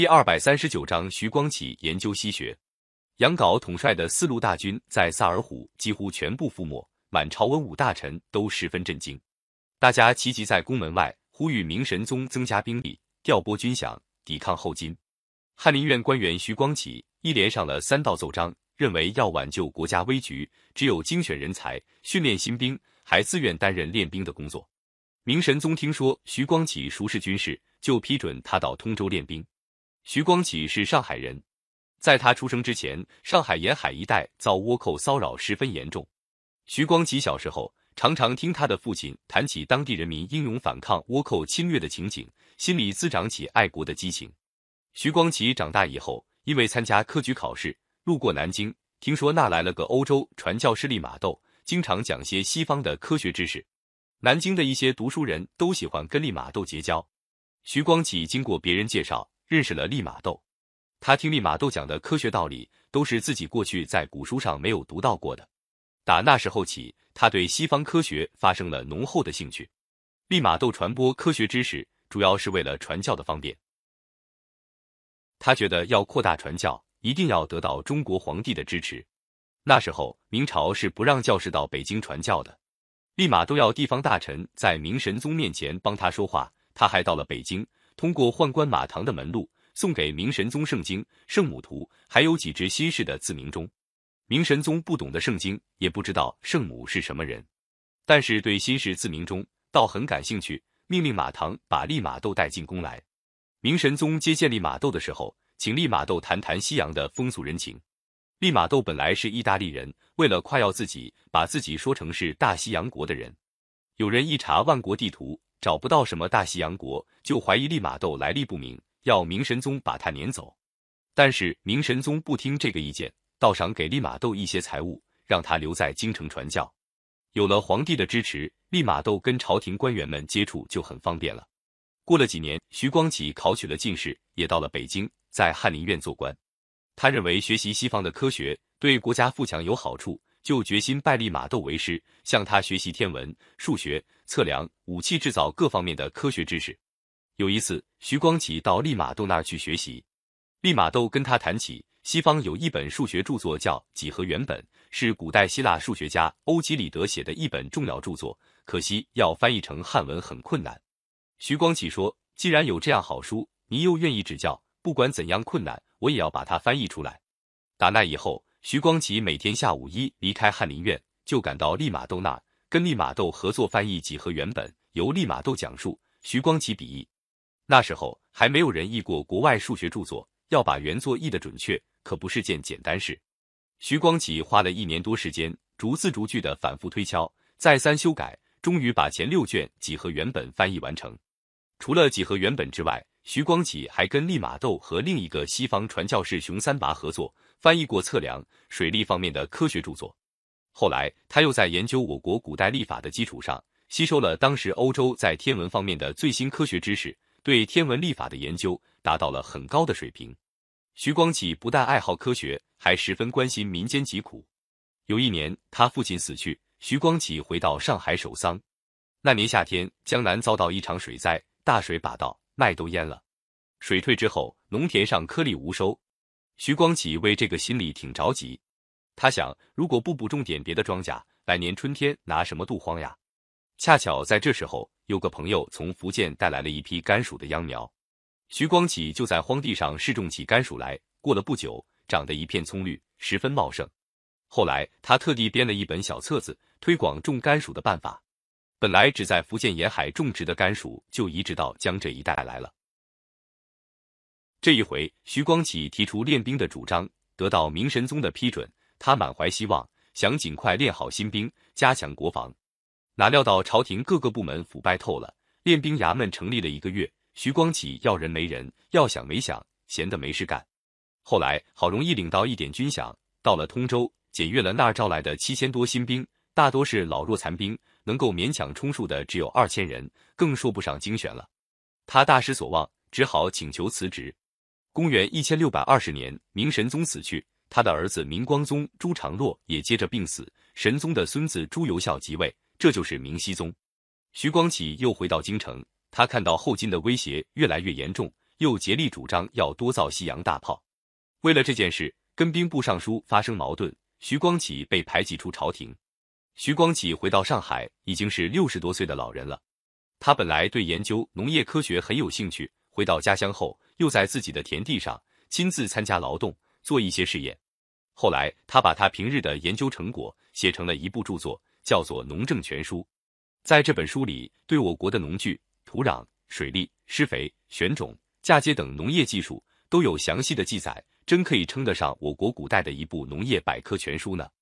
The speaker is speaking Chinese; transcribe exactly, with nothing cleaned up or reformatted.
第二百三十九章徐光启研究西学。杨镐统帅的四路大军在萨尔浒几乎全部覆没，满朝文武大臣都十分震惊。大家齐集在宫门外，呼吁明神宗增加兵力，调拨军饷，抵抗后金。翰林院官员徐光启一连上了三道奏章，认为要挽救国家危局，只有精选人才，训练新兵，还自愿担任练兵的工作。明神宗听说徐光启熟识军事，就批准他到通州练兵。徐光启是上海人，在他出生之前，上海沿海一带遭倭寇骚扰十分严重。徐光启小时候常常听他的父亲谈起当地人民英勇反抗倭寇侵略的情景，心里滋长起爱国的激情。徐光启长大以后，因为参加科举考试，路过南京，听说那来了个欧洲传教士利玛窦，经常讲些西方的科学知识。南京的一些读书人都喜欢跟利玛窦结交。徐光启经过别人介绍，认识了利玛窦。他听利玛窦讲的科学道理，都是自己过去在古书上没有读到过的。打那时候起，他对西方科学发生了浓厚的兴趣。利玛窦传播科学知识，主要是为了传教的方便。他觉得要扩大传教，一定要得到中国皇帝的支持。那时候明朝是不让教士到北京传教的，利玛窦要地方大臣在明神宗面前帮他说话，他还到了北京，通过宦官马唐的门路，送给明神宗圣经、圣母图，还有几支新式的自鸣钟。明神宗不懂得圣经，也不知道圣母是什么人，但是对新式自鸣钟倒很感兴趣，命令马唐把利玛窦带进宫来。明神宗接见利玛窦的时候，请利玛窦谈谈西洋的风俗人情。利玛窦本来是意大利人，为了夸耀自己，把自己说成是大西洋国的人。有人一查万国地图，找不到什么大西洋国，就怀疑利玛窦来历不明，要明神宗把他撵走。但是明神宗不听这个意见，倒赏给利玛窦一些财物，让他留在京城传教。有了皇帝的支持，利玛窦跟朝廷官员们接触就很方便了。过了几年，徐光启考取了进士，也到了北京，在翰林院做官。他认为学习西方的科学对国家富强有好处，就决心拜利玛窦为师，向他学习天文、数学、测量、武器制造各方面的科学知识。有一次，徐光启到利玛窦那儿去学习，利玛窦跟他谈起西方有一本数学著作叫《几何原本》，是古代希腊数学家欧几里得写的一本重要著作，可惜要翻译成汉文很困难。徐光启说，既然有这样好书，你又愿意指教，不管怎样困难，我也要把它翻译出来。打那以后，徐光启每天下午一离开翰林院，就赶到利玛窦那儿，跟利玛窦合作翻译《几何原本》，由利玛窦讲述，徐光启笔译。那时候还没有人译过国外数学著作，要把原作译得准确，可不是件简单事。徐光启花了一年多时间，逐字逐句的反复推敲，再三修改，终于把前六卷《几何原本》翻译完成。除了《几何原本》之外，徐光启还跟利玛窦和另一个西方传教士熊三拔合作，翻译过测量、水利方面的科学著作。后来他又在研究我国古代历法的基础上，吸收了当时欧洲在天文方面的最新科学知识，对天文历法的研究达到了很高的水平。徐光启不但爱好科学，还十分关心民间疾苦。有一年他父亲死去，徐光启回到上海守丧。那年夏天，江南遭到一场水灾，大水把道，麦都淹了。水退之后，农田上颗粒无收。徐光启为这个心里挺着急。他想，如果不补种点别的庄稼，来年春天拿什么渡荒呀？恰巧在这时候，有个朋友从福建带来了一批甘薯的秧苗。徐光启就在荒地上试种起甘薯来，过了不久，长得一片葱绿，十分茂盛。后来他特地编了一本小册子，推广种甘薯的办法。本来只在福建沿海种植的甘薯，就移植到江浙一带来了。这一回，徐光启提出练兵的主张，得到明神宗的批准，他满怀希望，想尽快练好新兵，加强国防。哪料到朝廷各个部门腐败透了，练兵衙门成立了一个月，徐光启要人没人，要饷没饷，闲得没事干。后来好容易领到一点军饷，到了通州，检阅了那儿招来的七千多新兵，大多是老弱残兵，能够勉强充数的只有二千人，更说不上精选了。他大失所望，只好请求辞职。公元一千六百二十年，明神宗死去，他的儿子明光宗朱常洛也接着病死，神宗的孙子朱由校即位，这就是明熹宗。徐光启又回到京城，他看到后金的威胁越来越严重， 又竭力主张要多造西洋大炮。为了这件事，跟兵部尚书发生矛盾，徐光启被排挤出朝廷。徐光启回到上海，已经是六十多岁的老人了。他本来对研究农业科学很有兴趣，回到家乡后，又在自己的田地上亲自参加劳动，做一些试验。后来，他把他平日的研究成果写成了一部著作，叫做《农政全书》。在这本书里，对我国的农具、土壤、水利、施肥、选种、嫁接等农业技术都有详细的记载，真可以称得上我国古代的一部农业百科全书呢。